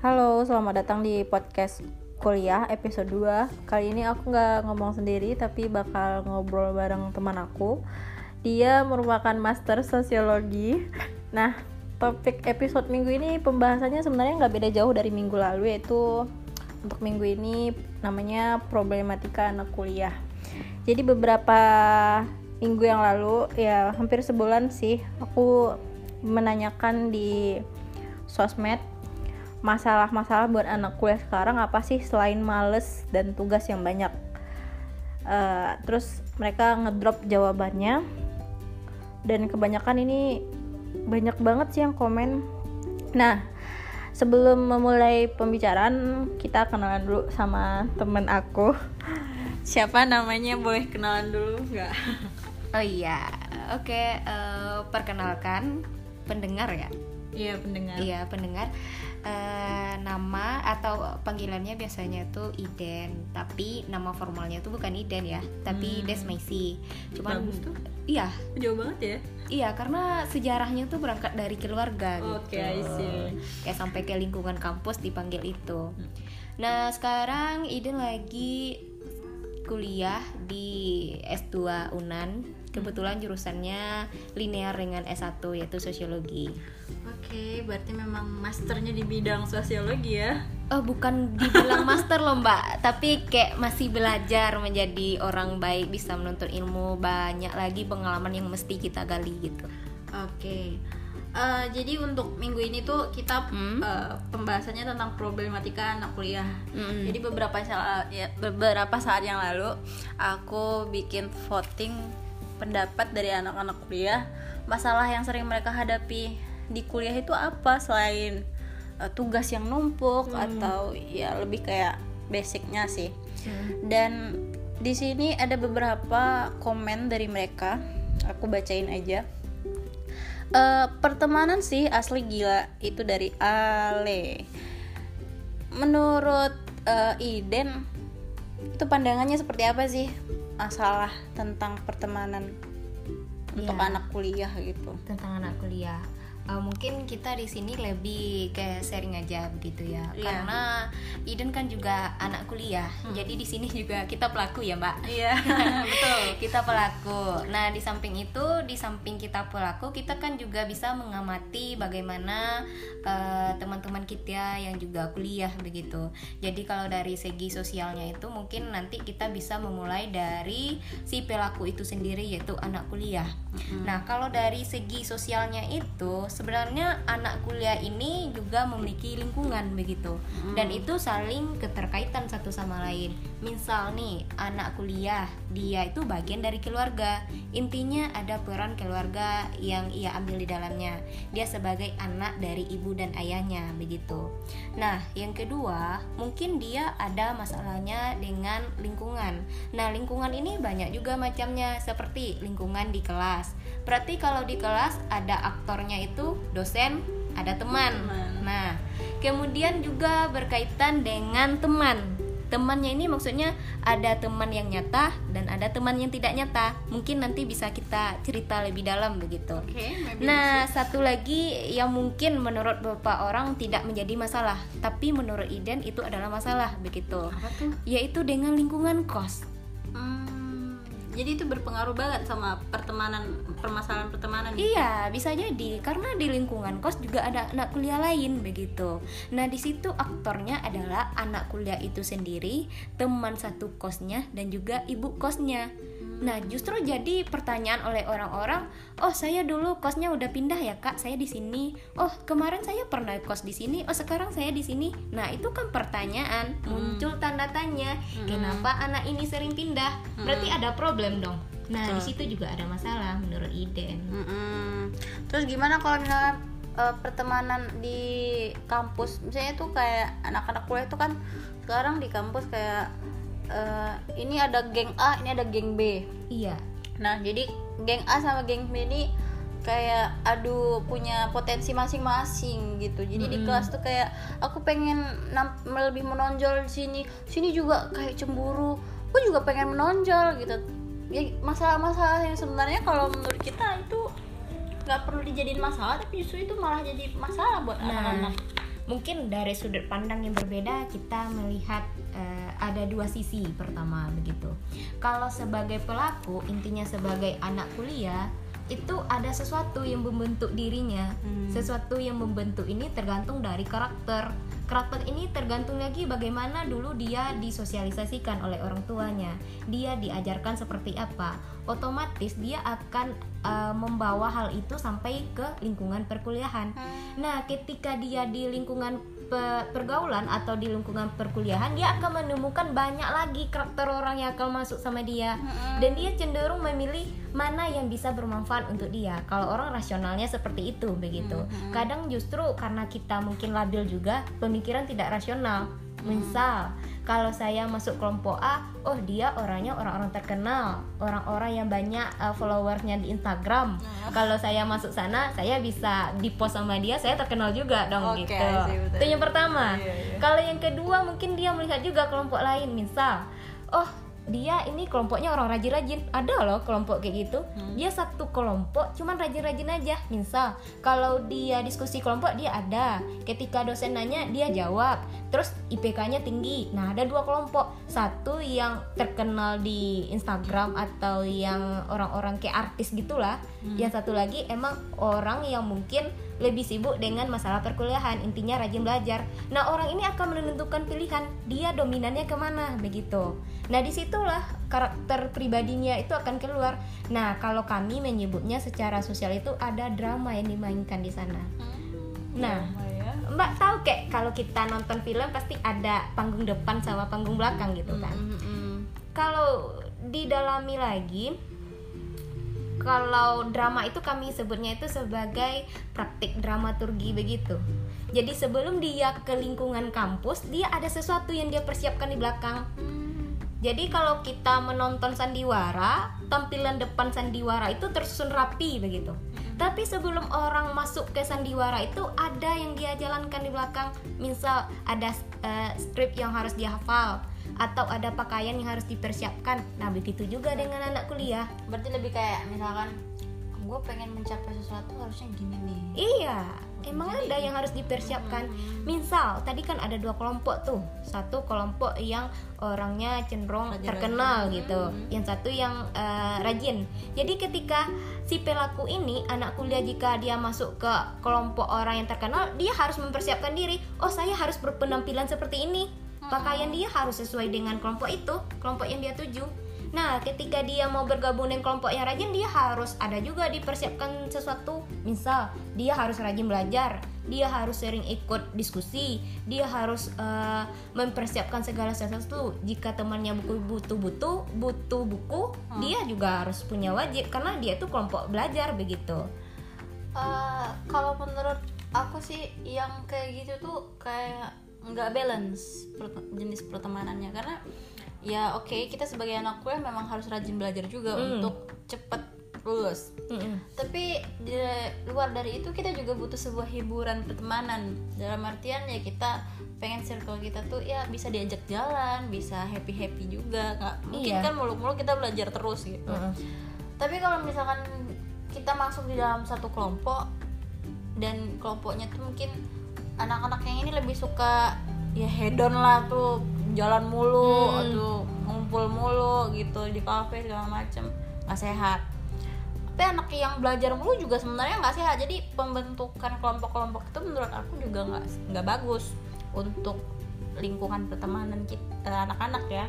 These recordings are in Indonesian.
Halo, selamat datang di podcast kuliah episode 2. Kali ini aku gak ngomong sendiri, tapi bakal ngobrol bareng teman aku. Dia merupakan master sosiologi. Nah, topik episode minggu ini pembahasannya sebenarnya gak beda jauh dari minggu lalu, yaitu untuk minggu ini namanya problematika anak kuliah. Jadi beberapa minggu yang lalu, ya hampir sebulan sih, aku menanyakan di sosmed masalah-masalah buat anak kuliah sekarang apa sih selain males dan tugas yang banyak. Terus mereka ngedrop jawabannya, dan kebanyakan ini banyak banget sih yang komen. Nah, sebelum memulai pembicaraan, kita kenalan dulu sama temen aku. Siapa namanya, boleh kenalan dulu nggak? Oh iya, oke. Perkenalkan pendengar ya. Iya, pendengar. Iya, pendengar. Nama atau panggilannya biasanya tuh Iden, tapi nama formalnya tuh bukan Iden ya, tapi Desmaisi. Cuman bagus tuh. Iya, Jauh banget ya. iya, karena sejarahnya tuh berangkat dari keluarga Oke, gitu. I see. Kayak sampai ke lingkungan kampus dipanggil itu. Nah, sekarang Iden lagi kuliah di S2 UNAN. Kebetulan jurusannya linear dengan S1, yaitu sosiologi. Oke, berarti memang masternya di bidang sosiologi ya? Oh, bukan dibilang master loh mbak, tapi kayak masih belajar menjadi orang baik, bisa menuntut ilmu, banyak lagi pengalaman yang mesti kita gali gitu. Oke. Jadi untuk minggu ini tuh kita pembahasannya tentang problematika anak kuliah. Jadi beberapa saat yang lalu aku bikin voting pendapat dari anak-anak kuliah, masalah yang sering mereka hadapi di kuliah itu apa selain tugas yang numpuk atau ya lebih kayak basicnya sih. Dan di sini ada beberapa komen dari mereka, aku bacain aja. Pertemanan sih asli gila, itu dari Ale. Menurut Iden, itu pandangannya seperti apa sih masalah tentang pertemanan untuk anak kuliah gitu? Tentang anak kuliah, mungkin kita di sini lebih kayak sharing aja begitu ya. Karena Iden kan juga anak kuliah, jadi di sini juga kita pelaku ya mbak. Iya, betul. Kita pelaku. Nah, di samping itu, di samping kita pelaku, kita kan juga bisa mengamati bagaimana teman-teman kita yang juga kuliah begitu. Jadi kalau dari segi sosialnya itu mungkin nanti kita bisa memulai dari si pelaku itu sendiri, yaitu anak kuliah. Nah, kalau dari segi sosialnya itu sebenarnya anak kuliah ini juga memiliki lingkungan begitu. Dan itu saling keterkaitan satu sama lain. Misal nih, anak kuliah, dia itu bagian dari keluarga. Intinya ada peran keluarga yang ia ambil di dalamnya. Dia sebagai anak dari ibu dan ayahnya begitu. Nah, yang kedua, mungkin dia ada masalahnya dengan lingkungan. Nah, lingkungan ini banyak juga macamnya, seperti lingkungan di kelas. Berarti kalau di kelas ada aktornya itu dosen, ada teman. Nah, kemudian juga berkaitan dengan teman. Temannya ini maksudnya ada teman yang nyata dan ada teman yang tidak nyata. Mungkin nanti bisa kita cerita lebih dalam begitu. Nah, satu lagi yang mungkin menurut beberapa orang tidak menjadi masalah, tapi menurut Iden itu adalah masalah begitu. Apa tuh? Yaitu dengan lingkungan kos. Jadi itu berpengaruh banget sama permasalahan pertemanan. Iya, bisa jadi karena di lingkungan kos juga ada anak kuliah lain begitu. Nah, di situ aktornya adalah anak kuliah itu sendiri, teman satu kosnya dan juga ibu kosnya. Nah, justru jadi pertanyaan oleh orang-orang, oh saya dulu kosnya udah pindah ya kak, saya di sini. Oh kemarin saya pernah kos di sini. Oh sekarang saya di sini. Nah itu kan pertanyaan, muncul tanda tanya. Kenapa anak ini sering pindah? Berarti ada problem dong. Nah di situ juga ada masalah menurut Iden. Terus gimana kalau misalnya pertemanan di kampus? Misalnya tuh kayak anak-anak kuliah tuh kan sekarang di kampus kayak ini ada geng A, ini ada geng B. Iya. Nah, jadi geng A sama geng B ini kayak punya potensi masing-masing gitu. Jadi di kelas tuh kayak aku pengen lebih menonjol di sini. Sini juga kayak cemburu. Aku juga pengen menonjol gitu. Ya masalah-masalah yang sebenarnya kalau menurut kita itu nggak perlu dijadiin masalah, tapi justru itu malah jadi masalah buat anak-anak. mungkin dari sudut pandang yang berbeda kita melihat ada dua sisi. Pertama begitu, kalau sebagai pelaku, intinya sebagai anak kuliah, itu ada sesuatu yang membentuk dirinya. Sesuatu yang membentuk ini tergantung dari karakter ini tergantung lagi bagaimana dulu dia disosialisasikan oleh orang tuanya, dia diajarkan seperti apa, otomatis dia akan membawa hal itu sampai ke lingkungan perkuliahan. Nah, ketika dia di lingkungan pergaulan atau di lingkungan perkuliahan, dia akan menemukan banyak lagi karakter orang yang akan masuk sama dia, dan dia cenderung memilih mana yang bisa bermanfaat untuk dia. Kalau orang rasionalnya seperti itu begitu. Kadang justru karena kita mungkin labil juga, pemikiran tidak rasional. Misal kalau saya masuk kelompok A, oh dia orangnya orang-orang terkenal, orang-orang yang banyak followersnya di Instagram. Kalau saya masuk sana, saya bisa di-post sama dia, saya terkenal juga dong, gitu. Itu yang pertama. Kalau yang kedua, mungkin dia melihat juga kelompok lain. Misal, oh dia ini kelompoknya orang rajin-rajin, ada loh kelompok kayak gitu. Dia satu kelompok cuman rajin-rajin aja. Misal kalau dia diskusi kelompok, dia ada, ketika dosen nanya dia jawab, terus IPK-nya tinggi. Nah, ada dua kelompok, satu yang terkenal di Instagram atau yang orang-orang kayak artis gitulah, yang satu lagi emang orang yang mungkin lebih sibuk dengan masalah perkuliahan, intinya rajin belajar. Nah, orang ini akan menentukan pilihan, dia dominannya kemana begitu. Nah, disitulah karakter pribadinya itu akan keluar. Nah, kalau kami menyebutnya secara sosial itu ada drama yang dimainkan di sana. Nah, Mbak tahu kayak kalau kita nonton film pasti ada panggung depan sama panggung belakang gitu kan. Kalau didalami lagi, kalau drama itu kami sebutnya itu sebagai praktik dramaturgi begitu. Jadi sebelum dia ke lingkungan kampus, dia ada sesuatu yang dia persiapkan di belakang. Jadi kalau kita menonton sandiwara, tampilan depan sandiwara itu tersusun rapi begitu. Tapi sebelum orang masuk ke sandiwara itu ada yang dia jalankan di belakang. Misal ada skrip yang harus dia hafal, atau ada pakaian yang harus dipersiapkan. Nah, begitu juga dengan anak kuliah. Berarti lebih kayak misalkan gue pengen mencapai sesuatu harusnya gini nih. Iya, emang jadi, ada yang harus dipersiapkan. Misal tadi kan ada dua kelompok tuh. Satu kelompok yang orangnya cenderung terkenal gitu, yang satu yang rajin. Jadi ketika si pelaku ini anak kuliah, jika dia masuk ke kelompok orang yang terkenal, dia harus mempersiapkan diri. Oh, saya harus berpenampilan seperti ini. Pakaian dia harus sesuai dengan kelompok itu, kelompok yang dia tuju. Nah, ketika dia mau bergabung dengan kelompok yang rajin, dia harus ada juga dipersiapkan sesuatu. Misal, dia harus rajin belajar, dia harus sering ikut diskusi, dia harus mempersiapkan segala sesuatu. Jika temannya butuh buku, dia juga harus punya wajib karena dia itu kelompok belajar begitu. Kalau menurut aku sih yang kayak gitu tuh kayak nggak balance jenis pertemanannya, karena ya oke, kita sebagai anak kuliah memang harus rajin belajar juga untuk cepet lulus. Tapi di luar dari itu kita juga butuh sebuah hiburan pertemanan, dalam artian ya kita pengen circle kita tuh ya bisa diajak jalan, bisa happy juga, nggak mungkin kan muluk-muluk kita belajar terus gitu. Tapi kalau misalkan kita masuk di dalam satu kelompok dan kelompoknya tuh mungkin anak-anak yang ini lebih suka ya hedon lah tuh, jalan mulu atau ngumpul mulu gitu di kafe segala macem, nggak sehat. Tapi anak yang belajar mulu juga sebenarnya nggak sehat. Jadi pembentukan kelompok-kelompok itu menurut aku juga nggak bagus untuk lingkungan pertemanan kita anak-anak ya.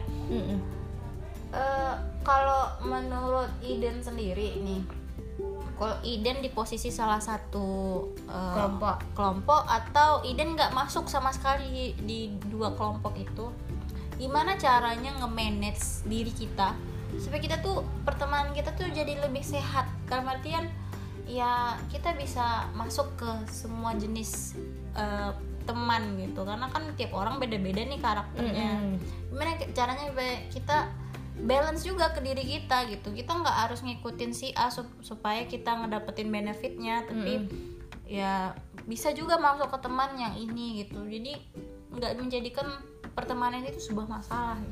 Kalau menurut Iden sendiri nih, kalau Iden di posisi salah satu kelompok atau Iden nggak masuk sama sekali di dua kelompok itu, gimana caranya nge-manage diri kita supaya kita tuh pertemanan kita tuh jadi lebih sehat? Dalam artian ya kita bisa masuk ke semua jenis teman gitu, karena kan tiap orang beda-beda nih karakternya. Gimana caranya kita balance juga ke diri kita gitu. Kita nggak harus ngikutin si A supaya kita ngedapetin benefitnya, tapi ya bisa juga masuk ke teman yang ini gitu. Jadi nggak menjadikan pertemanan itu sebuah masalah gitu.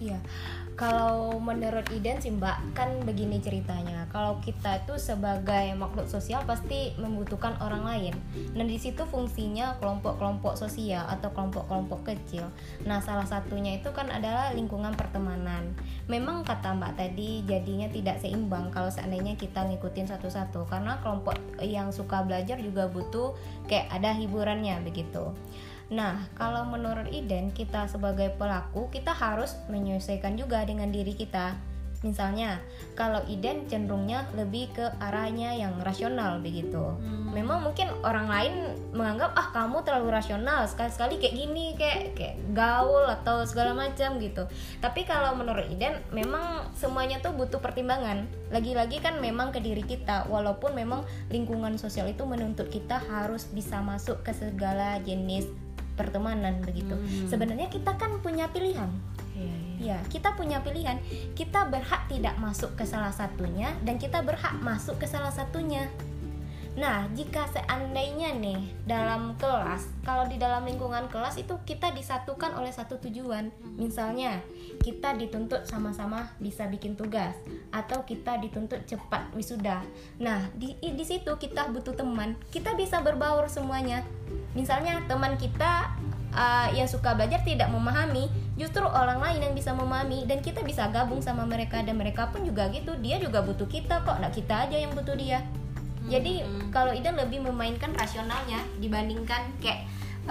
Iya, kalau menurut Iden sih Mbak, kan begini ceritanya. Kalau kita itu sebagai makhluk sosial pasti membutuhkan orang lain. Nah di situ fungsinya kelompok-kelompok sosial atau kelompok-kelompok kecil. Nah salah satunya itu kan adalah lingkungan pertemanan. Memang kata Mbak tadi jadinya tidak seimbang kalau seandainya kita ngikutin satu-satu. Karena kelompok yang suka belajar juga butuh kayak ada hiburannya begitu. Nah, kalau menurut Iden, kita sebagai pelaku, kita harus menyesuaikan juga dengan diri kita. Misalnya, kalau Iden cenderungnya lebih ke arahnya yang rasional begitu. Memang mungkin orang lain menganggap, kamu terlalu rasional, sekali-sekali kayak gini, kayak gaul atau segala macam gitu. Tapi kalau menurut Iden, memang semuanya tuh butuh pertimbangan. Lagi-lagi kan memang ke diri kita, walaupun memang lingkungan sosial itu menuntut kita harus bisa masuk ke segala jenis pertemanan begitu. Sebenarnya kita kan punya pilihan. Ya, kita punya pilihan. Kita berhak tidak masuk ke salah satunya dan kita berhak masuk ke salah satunya. Nah, jika seandainya nih dalam kelas, kalau di dalam lingkungan kelas itu kita disatukan oleh satu tujuan. Misalnya, kita dituntut sama-sama bisa bikin tugas atau kita dituntut cepat wisuda. Nah, di situ kita butuh teman. Kita bisa berbaur semuanya. Misalnya teman kita yang suka belajar tidak memahami, justru orang lain yang bisa memahami dan kita bisa gabung sama mereka dan mereka pun juga gitu, dia juga butuh kita kok, nggak kita aja yang butuh dia. Jadi kalau Ida lebih memainkan rasionalnya dibandingkan kayak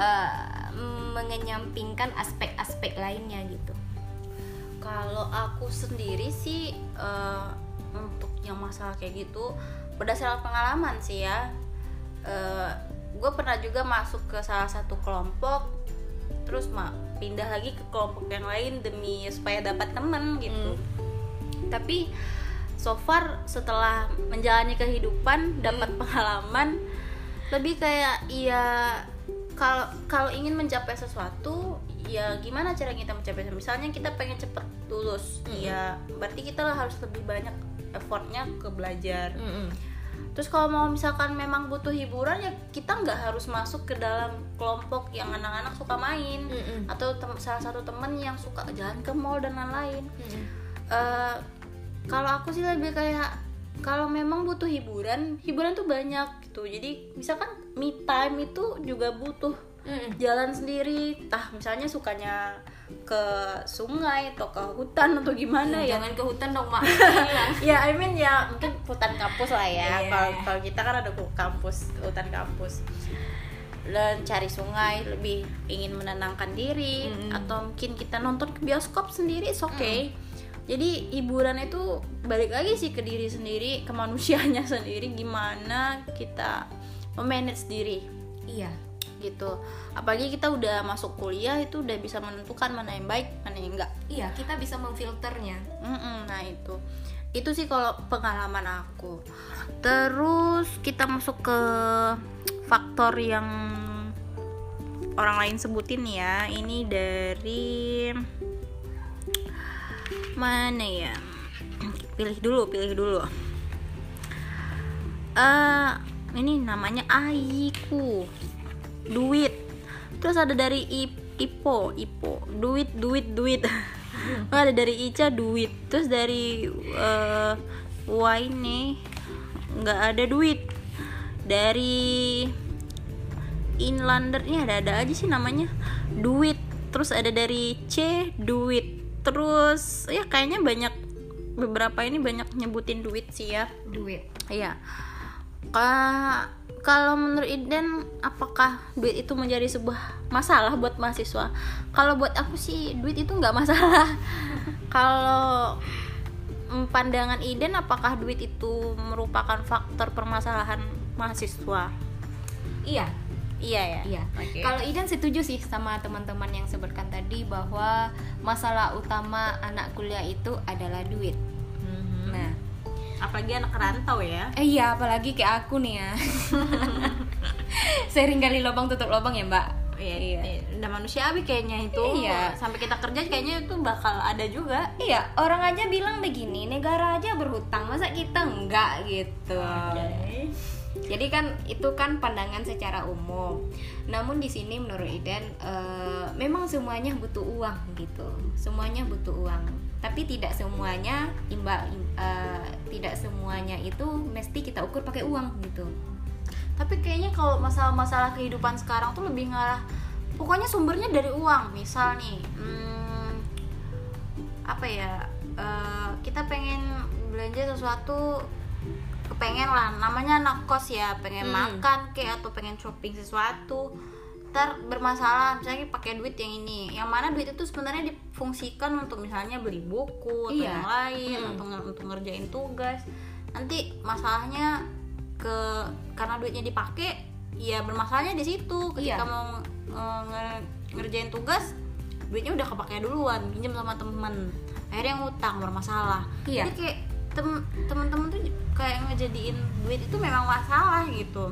mengenyampingkan aspek-aspek lainnya gitu. Kalau aku sendiri sih untuk yang masalah kayak gitu berdasarkan pengalaman sih ya. Gue pernah juga masuk ke salah satu kelompok, terus pindah lagi ke kelompok yang lain demi supaya dapat teman gitu. Tapi so far setelah menjalani kehidupan dapat pengalaman lebih kayak ya kalau ingin mencapai sesuatu ya gimana cara kita mencapai, misalnya kita pengen cepet lulus ya berarti kita harus lebih banyak effortnya ke belajar. Terus kalau mau misalkan memang butuh hiburan ya kita nggak harus masuk ke dalam kelompok yang anak-anak suka main atau salah satu temen yang suka jalan ke mall dan lain-lain. Kalau aku sih lebih kayak kalau memang butuh hiburan tuh banyak gitu. Jadi misalkan me time itu juga butuh jalan sendiri. Misalnya sukanya ke sungai atau ke hutan atau gimana ya. Jangan ke hutan dong, Mak. Ya, I mean ya mungkin hutan kampus lah ya. Kalau kita kan ada hutan kampus. Dan cari sungai, lebih ingin menenangkan diri atau mungkin kita nonton ke bioskop sendiri, it's okay. Jadi hiburan itu balik lagi sih ke diri sendiri, ke manusianya sendiri, gimana kita memanage diri. Iya, gitu. Apalagi kita udah masuk kuliah itu udah bisa menentukan mana yang baik, mana yang enggak. Iya, kita bisa memfilternya. Nah itu sih kalau pengalaman aku. Terus kita masuk ke faktor yang orang lain sebutin ya. Ini dari mana ya? Pilih dulu. Ini namanya Aiku. Duit. Terus ada dari Ipo. Duit. Ada dari Ica duit. Terus dari Y nih nggak ada duit. Dari Inlander ini ada aja sih namanya duit. Terus ada dari C duit. Terus ya kayaknya beberapa ini banyak nyebutin duit sih ya. Duit. Iya. Kalau menurut Iden, apakah duit itu menjadi sebuah masalah buat mahasiswa? Kalau buat aku sih duit itu nggak masalah. Kalau pandangan Iden, apakah duit itu merupakan faktor permasalahan mahasiswa? Iya ya. Iya. Okay. Kalau Iden setuju sih sama teman-teman yang sebutkan tadi bahwa masalah utama anak kuliah itu adalah duit. Nah, apalagi anak rantau ya. Iya, apalagi kayak aku nih ya. Sering kali lubang tutup lubang ya, Mbak. Iya. Udah manusiawi kayaknya itu. Iya. Sampai kita kerja kayaknya itu bakal ada juga. Iya, orang aja bilang begini, negara aja berhutang, masa kita enggak gitu. Jadi kan itu kan pandangan secara umum. Namun di sini menurut Iden memang semuanya butuh uang gitu. Semuanya butuh uang. Tapi tidak semuanya tidak semuanya itu mesti kita ukur pakai uang gitu. Tapi kayaknya kalau masalah-masalah kehidupan sekarang tuh lebih ngarah, pokoknya sumbernya dari uang. Misal nih, apa ya, kita pengen belanja sesuatu, kepengen lah, namanya anak kos ya, pengen makan kayak atau pengen shopping sesuatu, ntar bermasalah misalnya pakai duit yang ini, yang mana duit itu sebenarnya difungsikan untuk misalnya beli buku atau yang lain, untuk ngerjain tugas. Nanti masalahnya karena duitnya dipakai, ya bermasalahnya di situ. Ketika mau ngerjain tugas, duitnya udah kepake duluan, pinjam sama temen, akhirnya ngutang, bermasalah. Jadi kayak temen-temen tuh kayak ngejadiin duit itu memang masalah gitu.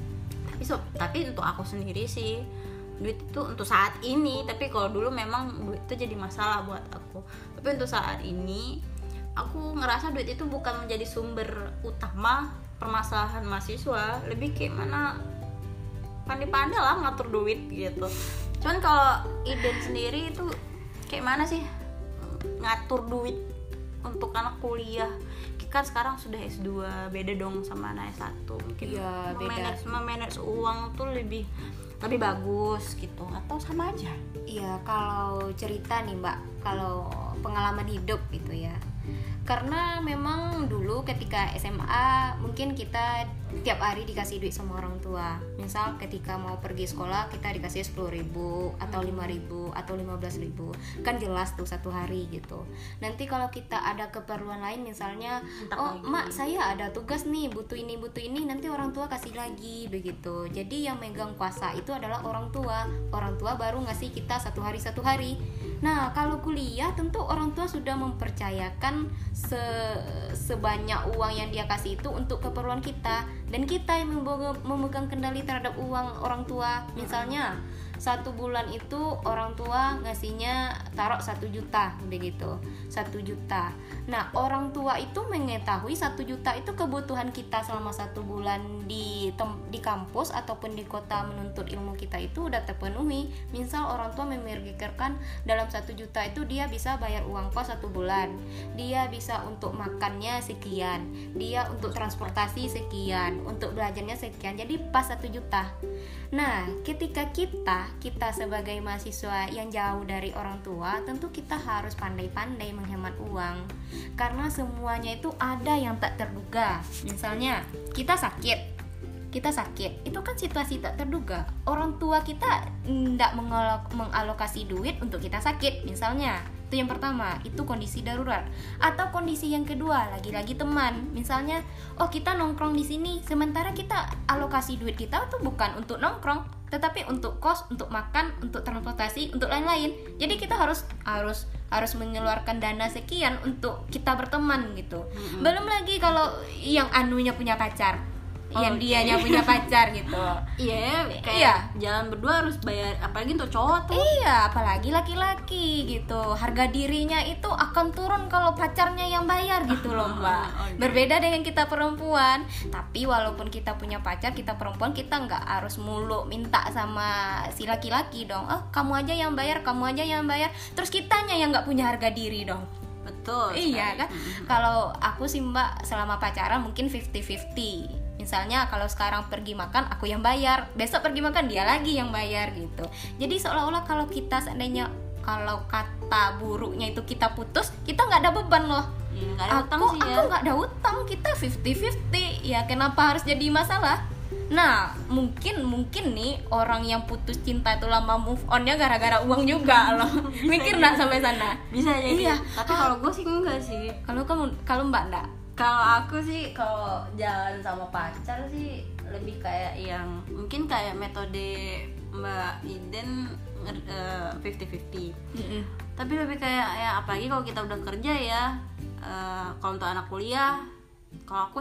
Tapi untuk aku sendiri sih, duit itu untuk saat ini. Tapi kalau dulu memang duit itu jadi masalah buat aku. Tapi untuk saat ini, aku ngerasa duit itu bukan menjadi sumber utama permasalahan mahasiswa. Lebih kayak mana pandai-pandai lah ngatur duit gitu. Cuman kalau Iden sendiri itu kayak mana sih ngatur duit untuk anak kuliah? Kan sekarang sudah S2, beda dong sama anak S1. Mungkin memanage uang tuh lebih bagus gitu, atau sama aja? Iya, kalau cerita nih Mbak, kalau pengalaman hidup gitu ya. Karena memang dulu ketika SMA mungkin kita tiap hari dikasih duit sama orang tua. Misal ketika mau pergi sekolah kita dikasih 10.000 atau 5.000 atau 15.000. Kan jelas tuh satu hari gitu. Nanti kalau kita ada keperluan lain, misalnya mak saya ada tugas nih, butuh ini, nanti orang tua kasih lagi begitu. Jadi yang megang kuasa itu adalah orang tua. Orang tua baru ngasih kita satu hari. Nah, kalau kuliah tentu orang tua sudah mempercayakan sebanyak uang yang dia kasih itu untuk keperluan kita, dan kita yang memegang kendali terhadap uang orang tua. Misalnya 1 bulan itu orang tua ngasihnya taruh 1 juta begitu, 1 juta. Nah, orang tua itu mengetahui 1 juta itu kebutuhan kita selama 1 bulan di kampus ataupun di kota menuntut ilmu kita itu udah terpenuhi. Misal orang tua memikirkan dalam 1 juta itu dia bisa bayar uang kos 1 bulan, dia bisa untuk makannya sekian, dia untuk transportasi sekian, untuk belajarnya sekian, jadi pas 1 juta. Nah, ketika kita sebagai mahasiswa yang jauh dari orang tua, tentu kita harus pandai-pandai menghemat uang. Karena semuanya itu ada yang tak terduga. Misalnya, kita sakit, itu kan situasi tak terduga. Orang tua kita tidak mengalokasi duit untuk kita sakit, misalnya. Itu yang pertama, itu kondisi darurat. Atau kondisi yang kedua, lagi-lagi teman. Misalnya, kita nongkrong di sini, sementara kita alokasi duit kita tuh bukan untuk nongkrong, tetapi untuk kos, untuk makan, untuk transportasi, untuk lain-lain. Jadi kita harus mengeluarkan dana sekian untuk kita berteman gitu. Belum lagi kalau yang anunya punya pacar, yang dianya punya pacar gitu. Iya, kayak jalan berdua harus bayar, apalagi untuk cowok tuh. Iya, apalagi laki-laki gitu. Harga dirinya itu akan turun kalau pacarnya yang bayar gitu loh, Mbak. Berbeda dengan kita perempuan. Tapi walaupun kita punya pacar, kita perempuan, kita nggak harus mulu minta sama si laki-laki dong. Kamu aja yang bayar. Terus kitanya yang nggak punya harga diri dong. Betul. Iya kan? Kalau aku sih Mbak, selama pacaran mungkin 50-50. Misalnya kalau sekarang pergi makan aku yang bayar, besok pergi makan dia lagi yang bayar gitu. Jadi seolah-olah kalau kita seandainya, kalau kata buruknya itu kita putus, kita nggak ada beban loh. Nggak ada utang sih ya. Aku nggak ada utang, kita 50-50. Ya kenapa harus jadi masalah? Nah, mungkin nih orang yang putus cinta itu lama move onnya gara-gara uang juga loh. Mikir nggak sampai sana? Bisa jadi. Iya. Tapi kalau gue sih enggak sih. Kalau Mbak enggak? Kalau aku sih, kalau jalan sama pacar sih lebih kayak yang mungkin kayak metode Mbak Iden 50-50. Tapi lebih kayak ya, apalagi kalau kita udah kerja ya. Kalau untuk anak kuliah, kalau aku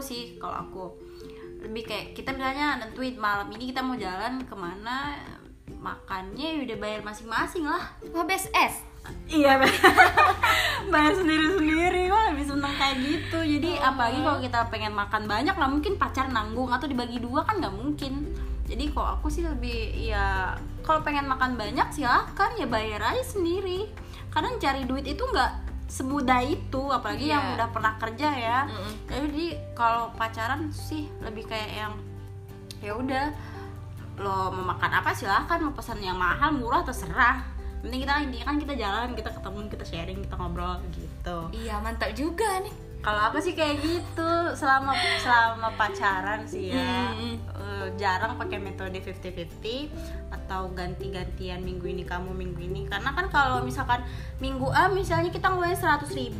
lebih kayak kita misalnya nentuin malam ini kita mau jalan kemana, makannya udah bayar masing-masing lah. Wah, best es. Iya, bayar sendiri-sendiri, gue lebih seneng kayak gitu. Jadi apalagi kalau kita pengen makan banyak lah, mungkin pacar nanggung atau dibagi dua kan nggak mungkin. Jadi kalau aku sih lebih ya kalau pengen makan banyak silahkan ya bayar aja sendiri. Karena cari duit itu nggak semudah itu, apalagi yang udah pernah kerja ya. Jadi kalau pacaran sih lebih kayak yang ya udah lo mau makan apa silahkan, mau pesan yang mahal murah terserah. Penting kita intinya kan kita jalan, kita ketemu, kita sharing, kita ngobrol gitu. Iya, mantap juga nih. Kalau aku sih kayak gitu selama pacaran sih ya. Jarang pakai metode 50-50 atau ganti-gantian minggu ini kamu, minggu ini. Karena kan kalau misalkan minggu A misalnya kita ngeluarin 100.000,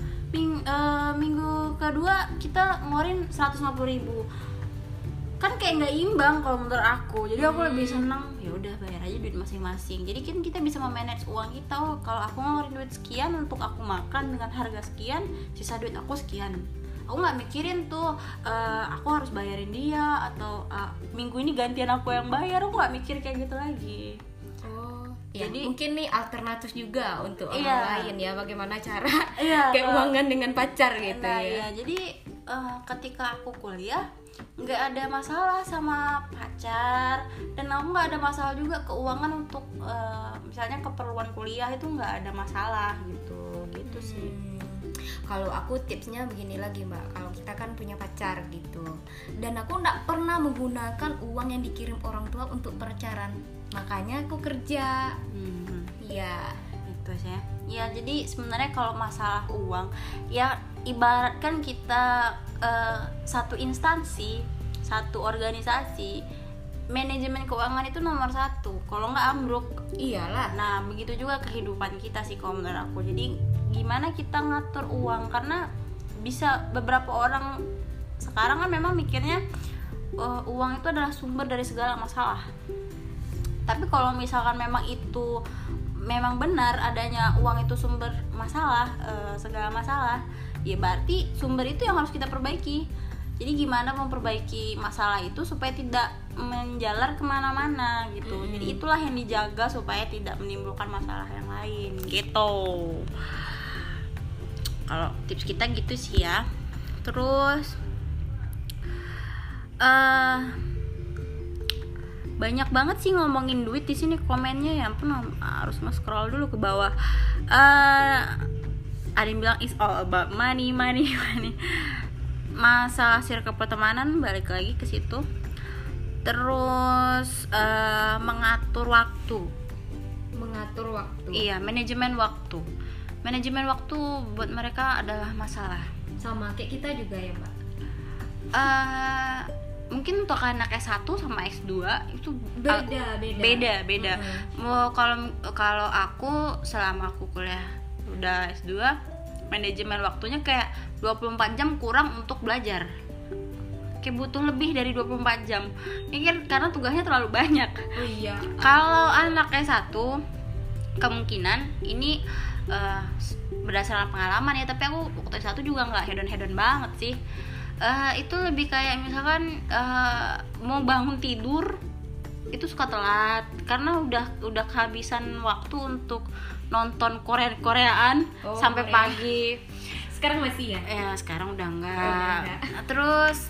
minggu kedua kita ngeluarin 150.000, kan kayak nggak imbang kalau menurut aku. Jadi aku lebih senang ya udah bayar aja duit masing-masing. Jadi kan kita bisa memanage uang kita. Oh, kalau aku ngeluarin duit sekian untuk aku makan dengan harga sekian, sisa duit aku sekian. Aku nggak mikirin tuh aku harus bayarin dia atau minggu ini gantian aku yang bayar. Aku nggak mikir kayak gitu lagi. Ya, jadi mungkin nih alternatif juga untuk orang lain ya, bagaimana cara keuangan dengan pacar gitu. Nah, ya. Jadi ketika aku kuliah nggak ada masalah sama pacar, dan aku nggak ada masalah juga keuangan untuk misalnya keperluan kuliah itu nggak ada masalah gitu sih. Kalau aku tipsnya begini lagi mbak, kalau kita kan punya pacar gitu, dan aku nggak pernah menggunakan uang yang dikirim orang tua untuk pacaran, makanya aku kerja. Iya itu sih ya. Jadi sebenarnya kalau masalah uang ya ibaratkan kita satu instansi, satu organisasi, manajemen keuangan itu nomor satu, kalau nggak ambruk. Iyalah. Nah begitu juga kehidupan kita sih kalau menurut aku. Jadi gimana kita ngatur uang, karena bisa beberapa orang sekarang kan memang mikirnya uang itu adalah sumber dari segala masalah. Tapi kalau misalkan memang itu memang benar adanya uang itu sumber masalah, segala masalah, ya berarti sumber itu yang harus kita perbaiki. Jadi gimana memperbaiki masalah itu supaya tidak menjalar kemana-mana gitu. Jadi itulah yang dijaga supaya tidak menimbulkan masalah yang lain gitu. Kalau tips kita gitu sih ya. Terus banyak banget sih ngomongin duit di sini komennya, ya ampun, harus scroll dulu ke bawah. Ada yang bilang is all about money. Masalah circle pertemanan balik lagi ke situ. Terus mengatur waktu. Iya, manajemen waktu buat mereka adalah masalah. Sama kayak kita juga ya mbak. Mungkin untuk anak S1 sama S2 itu beda. Kalau aku selama aku kuliah udah S2, manajemen waktunya kayak 24 jam kurang untuk belajar. Kayak butuh lebih dari 24 jam. Ini karena tugasnya terlalu banyak. Oh iya. Kalau anak S1 kemungkinan ini berdasarkan pengalaman ya, tapi aku waktu S1 juga nggak hedon banget sih. Itu lebih kayak misalkan mau bangun tidur itu suka telat karena udah kehabisan waktu untuk nonton Koreaan sampai pagi. Sekarang masih ya? Ya sekarang udah enggak. Terus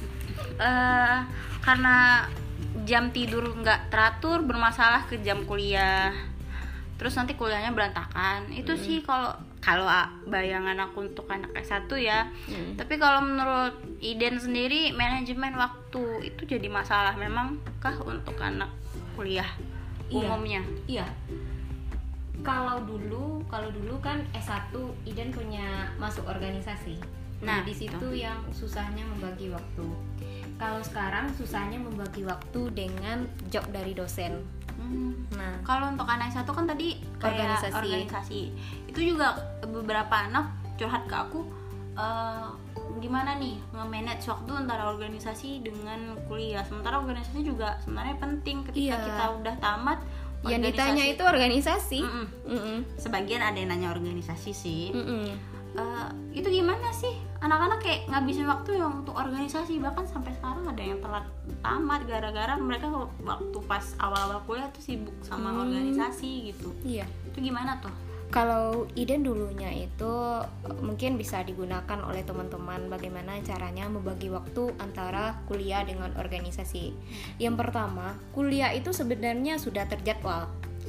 karena jam tidur nggak teratur bermasalah ke jam kuliah. Terus nanti kuliahnya berantakan. Itu sih kalau bayangan aku untuk anak S1 ya. Tapi kalau menurut Iden sendiri, manajemen waktu itu jadi masalah memang kah untuk anak kuliah umumnya? Iya. Kalau dulu kan S1 Iden punya masuk organisasi. Nah, di situ yang susahnya membagi waktu. Kalau sekarang susahnya membagi waktu dengan job dari dosen. Nah, kalau untuk anak S1 kan tadi kayak organisasi. Itu juga beberapa anak curhat ke aku, gimana nih nge-manage waktu antara organisasi dengan kuliah. Sementara organisasi juga sebenarnya penting ketika kita udah tamat. Yang ditanya itu organisasi. Sebagian ada yang nanya organisasi sih. Itu gimana sih anak-anak kayak ngabisin waktu yang untuk organisasi, bahkan sampai sekarang ada yang telat tamat gara-gara mereka waktu pas awal-awal kuliah tuh sibuk sama organisasi gitu. Iya. Itu gimana tuh? Kalau ide dulunya itu mungkin bisa digunakan oleh teman-teman bagaimana caranya membagi waktu antara kuliah dengan organisasi. Yang pertama, kuliah itu sebenarnya sudah terjadwal.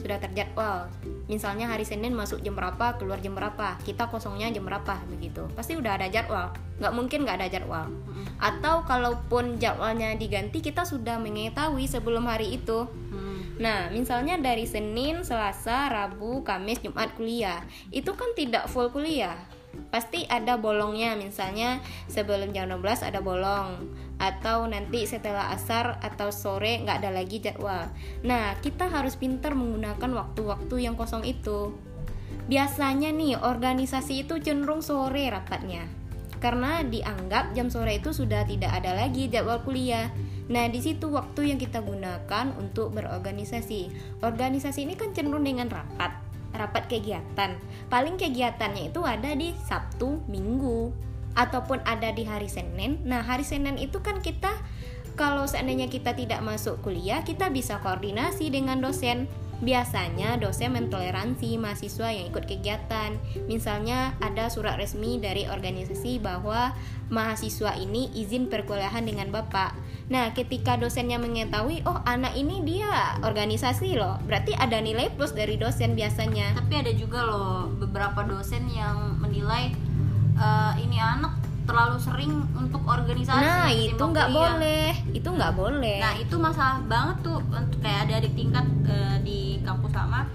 Misalnya hari Senin masuk jam berapa, keluar jam berapa, kita kosongnya jam berapa, begitu. Pasti udah ada jadwal, nggak mungkin nggak ada jadwal. Atau kalaupun jadwalnya diganti, kita sudah mengetahui sebelum hari itu. Nah, misalnya dari Senin, Selasa, Rabu, Kamis, Jumat kuliah, itu kan tidak full kuliah. Pasti ada bolongnya, misalnya sebelum jam 12 ada bolong, atau nanti setelah asar atau sore nggak ada lagi jadwal. Nah, kita harus pintar menggunakan waktu-waktu yang kosong itu. Biasanya nih, organisasi itu cenderung sore rapatnya, karena dianggap jam sore itu sudah tidak ada lagi jadwal kuliah. Nah, di situ waktu yang kita gunakan untuk berorganisasi. Organisasi ini kan cenderung dengan rapat kegiatan. Paling kegiatannya itu ada di Sabtu, Minggu, ataupun ada di hari Senin. Nah, hari Senin itu kan kita, kalau seandainya kita tidak masuk kuliah, kita bisa koordinasi dengan dosen. Biasanya dosen mentoleransi mahasiswa yang ikut kegiatan. Misalnya ada surat resmi dari organisasi bahwa mahasiswa ini izin perkuliahan dengan Bapak. Nah, ketika dosennya mengetahui, oh anak ini dia organisasi loh, berarti ada nilai plus dari dosen biasanya. Tapi ada juga loh beberapa dosen yang menilai ini anak terlalu sering untuk organisasi. Nah, itu nggak boleh. Nah, itu masalah banget tuh untuk kayak adik tingkat di kampus sama.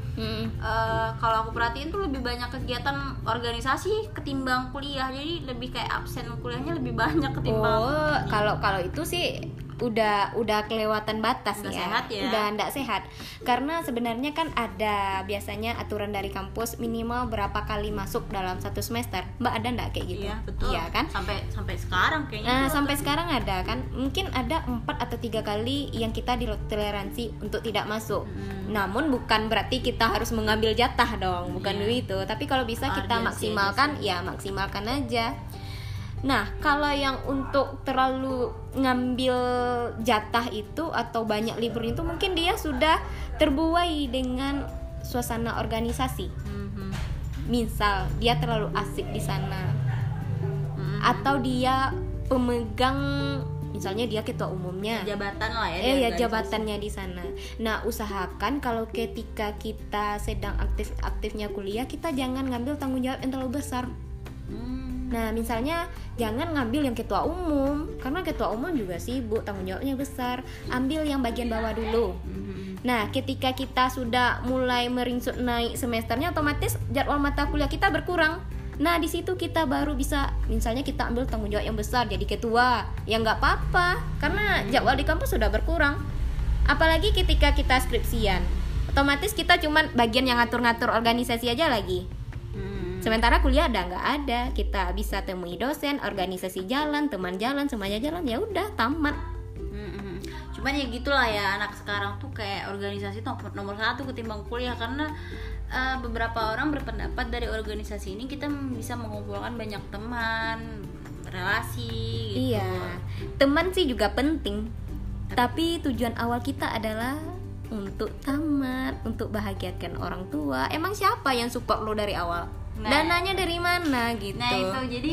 Kalau aku perhatiin tuh lebih banyak kegiatan organisasi ketimbang kuliah. Jadi lebih kayak absen kuliahnya lebih banyak ketimbang. Oh, kalau itu sih udah kelewatan batas Udah ya. sehat ya. Udah enggak sehat. Karena sebenarnya kan ada biasanya aturan dari kampus minimal berapa kali masuk dalam satu semester. Mbak ada enggak kayak gitu? Iya, betul. Iya kan? Sampai sekarang kayaknya. Nah, sampai sekarang ada kan? Mungkin ada 4 atau 3 kali yang kita ditoleransi untuk tidak masuk. Namun bukan berarti kita harus mengambil jatah dong, bukan begitu. Tapi kalau bisa kita maksimalkan, ya maksimalkan aja. Nah, kalau yang untuk terlalu ngambil jatah itu atau banyak libur itu, mungkin dia sudah terbuai dengan suasana organisasi. Misal dia terlalu asik di sana, atau dia pemegang, misalnya dia ketua umumnya, jabatan lah ya. Jabatannya di sana. Nah, usahakan kalau ketika kita sedang aktifnya kuliah, kita jangan ngambil tanggung jawab yang terlalu besar. Nah, misalnya jangan ngambil yang ketua umum, karena ketua umum juga sibuk, tanggung jawabnya besar. Ambil yang bagian bawah dulu. Nah, ketika kita sudah mulai meringsut naik semesternya, otomatis jadwal mata kuliah kita berkurang. Nah, di situ kita baru bisa, misalnya kita ambil tanggung jawab yang besar, jadi ketua. Ya nggak apa-apa, karena jadwal di kampus sudah berkurang. Apalagi ketika kita skripsian, otomatis kita cuman bagian yang ngatur-ngatur organisasi aja lagi. Sementara kuliah nggak ada, kita bisa temui dosen, organisasi jalan, teman jalan, semuanya jalan, ya udah tamat. Cuman ya gitulah ya, anak sekarang tuh kayak organisasi nomor 1 ketimbang kuliah, karena beberapa orang berpendapat dari organisasi ini kita bisa mengumpulkan banyak teman, relasi gitu. Iya, teman sih juga penting, tapi tujuan awal kita adalah untuk tamat, untuk bahagiakan orang tua. Emang siapa yang support lo dari awal? Dananya dari mana gitu? Nah itu, jadi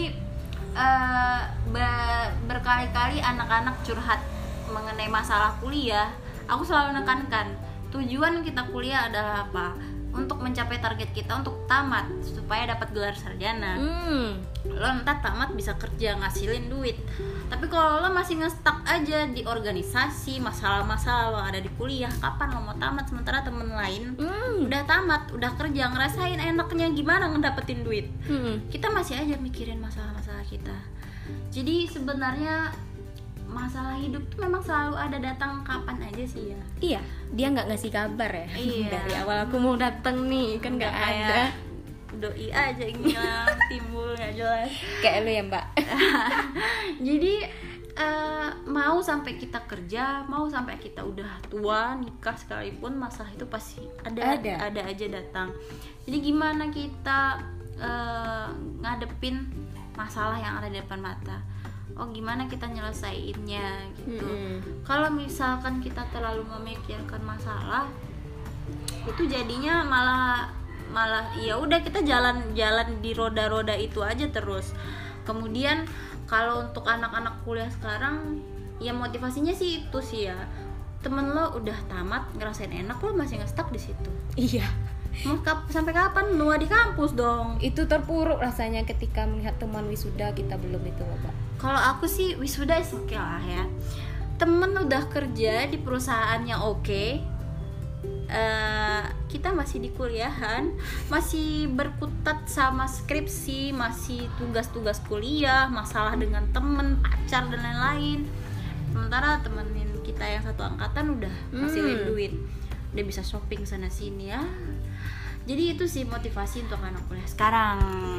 berkali-kali anak-anak curhat mengenai masalah kuliah. Aku selalu menekankan tujuan kita kuliah adalah apa? Untuk mencapai target kita untuk tamat supaya dapat gelar sarjana. Lo ntar tamat bisa kerja ngasilin duit. Tapi kalau lo masih nge-stuck aja di organisasi, masalah-masalah lo ada di kuliah, kapan lo mau tamat? Sementara temen lain udah tamat, udah kerja, ngerasain enaknya gimana ngedapetin duit. Kita masih aja mikirin masalah-masalah kita. Jadi sebenarnya masalah hidup tuh memang selalu ada, datang kapan aja sih ya. Iya, dia nggak ngasih kabar ya. Iya. Dari awal aku mau datang nih, kan nggak ada. Doi aja ngilang timbul nggak jelas. Kayak lu ya Mbak. Jadi mau sampai kita kerja, mau sampai kita udah tua nikah sekalipun, masalah itu pasti ada aja datang. Jadi gimana kita ngadepin masalah yang ada di depan mata? Oh gimana kita nyelesainnya gitu. Kalau misalkan kita terlalu memikirkan masalah, itu jadinya malah malah ya udah kita jalan di roda-roda itu aja terus. Kemudian kalau untuk anak-anak kuliah sekarang ya motivasinya sih itu sih ya, temen lo udah tamat ngerasain enak, lo masih nge-stuck di situ. Iya, Mau sampai kapan nua di kampus dong? itu terpuruk rasanya ketika melihat teman wisuda kita belum itu loh, Mbak. Kalau aku sih wisuda is oke lah ya. Temen udah kerja di perusahaannya oke. Kita masih di kuliahan, masih berkutat sama skripsi, masih tugas-tugas kuliah, masalah dengan temen, pacar dan lain-lain. Sementara temenin kita yang satu angkatan udah ngasihin duit, udah bisa shopping sana sini ya. Jadi itu sih motivasi untuk anak kuliah sekarang.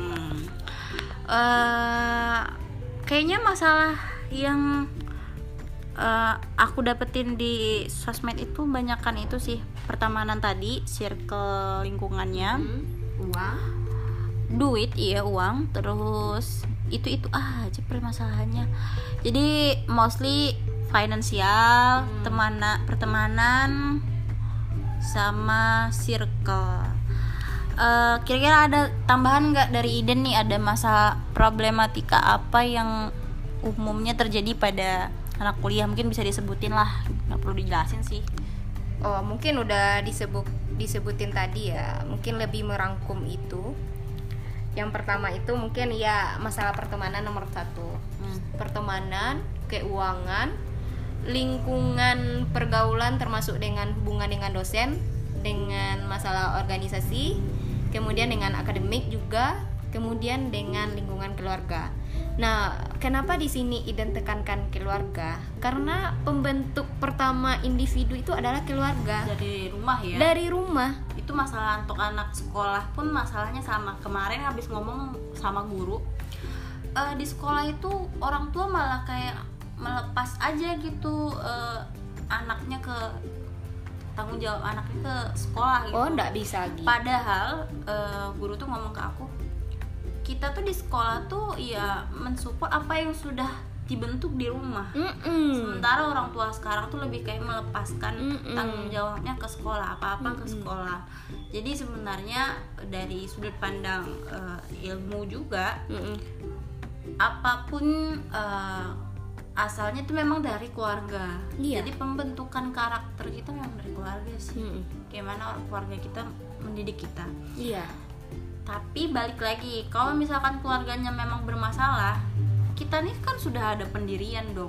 Kayaknya masalah yang aku dapetin di sosmed itu banyakan itu sih, pertemanan tadi, circle lingkungannya, Uang. duit, iya uang, terus itu aja permasalahannya. Jadi mostly finansial, pertemanan sama circle. Kira-kira ada tambahan nggak dari Iden nih, ada masalah problematika apa yang umumnya terjadi pada anak kuliah? Mungkin bisa disebutin lah, nggak perlu dijelasin sih. Oh, mungkin udah disebutin tadi ya. Mungkin lebih merangkum itu. Yang pertama itu mungkin ya masalah pertemanan nomor 1. Pertemanan, keuangan, lingkungan pergaulan termasuk dengan hubungan dengan dosen, dengan masalah organisasi, kemudian dengan akademik juga, kemudian dengan lingkungan keluarga. Nah, kenapa di sini Iden tekankan keluarga? Karena pembentuk pertama individu itu adalah keluarga. Dari rumah ya. Dari rumah. Itu masalah untuk anak sekolah pun masalahnya sama. Kemarin habis ngomong sama guru, di sekolah itu orang tua malah kayak melepas aja gitu anaknya ke tanggung jawab anaknya ke sekolah gitu. Oh, enggak bisa gitu. Padahal guru tuh ngomong ke aku, kita tuh di sekolah tuh ya mensupport apa yang sudah dibentuk di rumah. Sementara orang tua sekarang tuh lebih kayak melepaskan tanggung jawabnya ke sekolah, apa-apa ke sekolah. Jadi sebenarnya dari sudut pandang ilmu juga, apapun asalnya itu memang dari keluarga. Iya. Jadi pembentukan karakter kita memang dari keluarga sih. Gimana keluarga kita mendidik kita. Iya. Tapi balik lagi, kalau misalkan keluarganya memang bermasalah, kita nih kan sudah ada pendirian dong.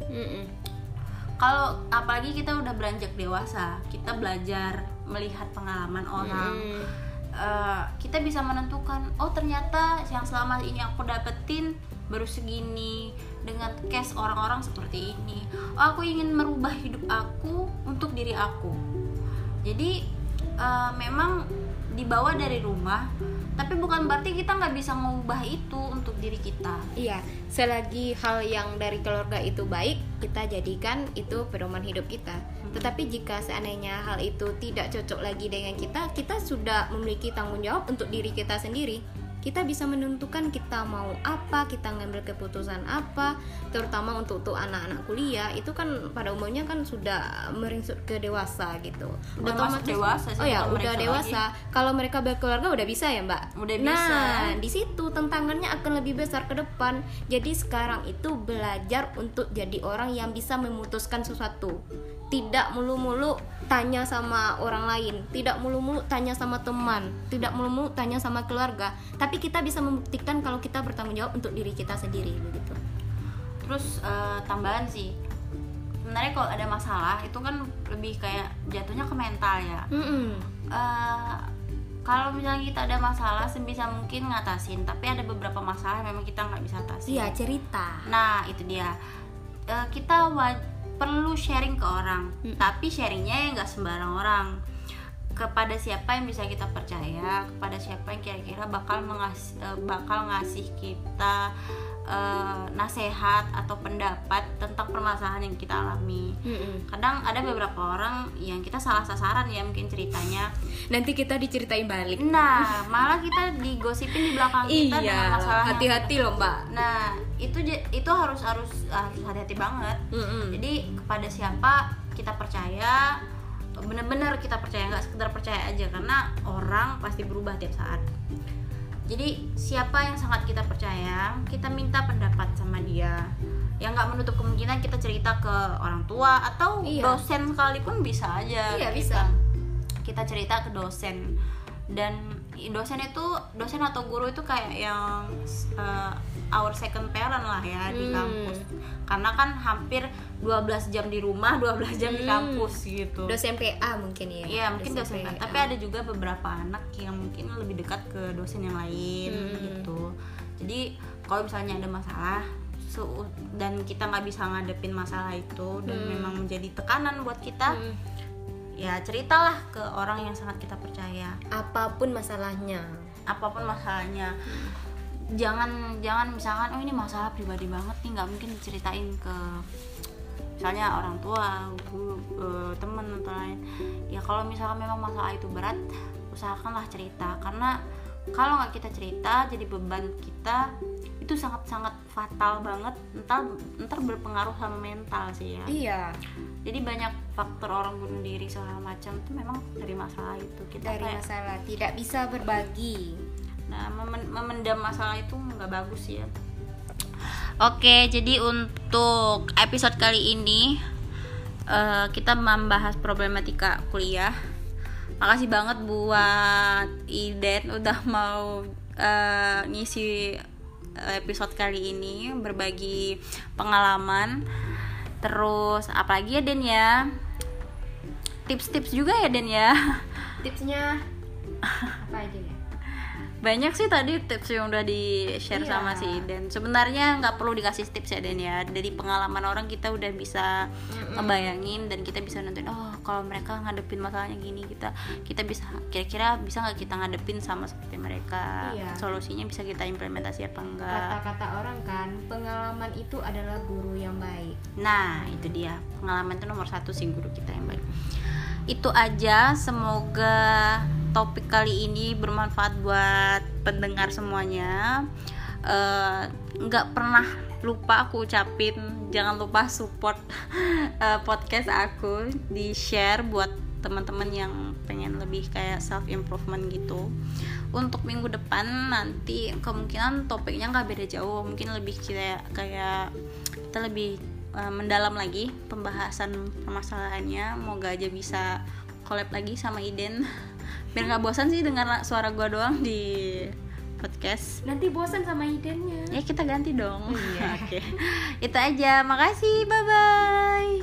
Kalau apalagi kita udah beranjak dewasa, kita belajar melihat pengalaman orang, kita bisa menentukan, oh ternyata yang selama ini aku dapetin baru segini, dengan case orang-orang seperti ini. Oh, aku ingin merubah hidup aku untuk diri aku. Jadi memang dibawa dari rumah, tapi bukan berarti kita nggak bisa mengubah itu untuk diri kita. Iya, selagi hal yang dari keluarga itu baik, kita jadikan itu pedoman hidup kita. Tetapi jika seandainya hal itu tidak cocok lagi dengan kita, kita sudah memiliki tanggung jawab untuk diri kita sendiri. Kita bisa menentukan kita mau apa, kita ngambil keputusan apa, terutama untuk anak-anak kuliah itu kan pada umumnya kan sudah meringsut ke dewasa gitu. Udah masuk dewasa sih. Oh ya, udah dewasa. Kalau mereka berkeluarga udah bisa ya, Mbak? Udah bisa. Nah, di situ tantangannya akan lebih besar ke depan. Jadi sekarang itu belajar untuk jadi orang yang bisa memutuskan sesuatu. Tidak mulu-mulu tanya sama orang lain, tidak mulu-mulu tanya sama teman, tidak mulu-mulu tanya sama keluarga, tapi kita bisa membuktikan kalau kita bertanggung jawab untuk diri kita sendiri begitu. Terus tambahan sih, sebenarnya kalau ada masalah itu kan lebih kayak jatuhnya ke mental ya. Kalau misalnya kita ada masalah sebisa mungkin ngatasin, tapi ada beberapa masalah yang memang kita nggak bisa atasin. Iya, cerita. Nah itu dia, kita perlu sharing ke orang, tapi sharingnya ya nggak sembarang orang. Kepada siapa yang bisa kita percaya, kepada siapa yang kira-kira bakal ngasih kita nasihat atau pendapat tentang permasalahan yang kita alami. Kadang ada beberapa orang yang kita salah sasaran ya mungkin ceritanya. Nanti kita diceritain balik. Nah, malah kita digosipin di belakang kita dengan masalah. Hati-hati loh, Mbak. Nah, itu harus hati-hati banget. Jadi kepada siapa kita percaya, benar-benar kita percaya, nggak sekedar percaya aja, karena orang pasti berubah tiap saat. Jadi siapa yang sangat kita percaya, kita minta pendapat sama dia. Ya nggak menutup kemungkinan kita cerita ke orang tua atau dosen sekalipun bisa aja. Iya, bisa. Kita cerita ke dosen, dan dosen atau guru itu kayak yang our second parent lah ya di kampus, karena kan hampir 12 jam di rumah, 12 jam di kampus gitu. Dosen PA mungkin ya. Iya, mungkin dosen PA. Tapi ada juga beberapa anak yang mungkin lebih dekat ke dosen yang lain gitu. Jadi kalau misalnya ada masalah dan kita nggak bisa ngadepin masalah itu dan memang menjadi tekanan buat kita, ya ceritalah ke orang yang sangat kita percaya. Apapun masalahnya. Jangan misalkan ini masalah pribadi banget nih, nggak mungkin diceritain ke misalnya orang tua, temen atau lain. Ya kalau misalkan memang masalah itu berat, usahakanlah cerita, karena kalau nggak kita cerita jadi beban kita itu sangat-sangat fatal banget, ntar berpengaruh sama mental sih ya. Iya. Jadi banyak faktor orang bunuh diri segala macam itu memang dari masalah itu. Kita masalah tidak bisa berbagi. Nah, memendam masalah itu nggak bagus ya. Oke, jadi untuk episode kali ini kita membahas problematika kuliah. Makasih banget buat Iden udah mau ngisi episode kali ini, berbagi pengalaman. Terus apalagi ya Den ya, tips-tips juga ya Den ya. Tipsnya apa aja ya? Banyak sih tadi tips yang udah di-share sama si Iden. Sebenarnya nggak perlu dikasih tips ya Den ya. Dari pengalaman orang kita udah bisa ngebayangin, dan kita bisa nonton, oh kalau mereka ngadepin masalahnya gini, kita bisa kira-kira bisa nggak kita ngadepin sama seperti mereka. Solusinya bisa kita implementasi apa enggak. Kata-kata orang kan, pengalaman itu adalah guru yang baik. Nah itu dia, pengalaman itu nomor 1 sih, guru kita yang baik. Itu aja, semoga topik kali ini bermanfaat buat pendengar semuanya. Nggak pernah lupa aku ucapin, jangan lupa support podcast aku, di share buat teman-teman yang pengen lebih kayak self improvement gitu. Untuk minggu depan nanti kemungkinan topiknya nggak beda jauh, mungkin lebih kayak kita lebih mendalam lagi pembahasan permasalahannya. Moga aja bisa collab lagi sama Iden biar nggak bosan sih dengar suara gue doang di podcast. Nanti bosan sama Idennya. Ya kita ganti dong. Iya. Oke. Itu aja, makasih, bye bye.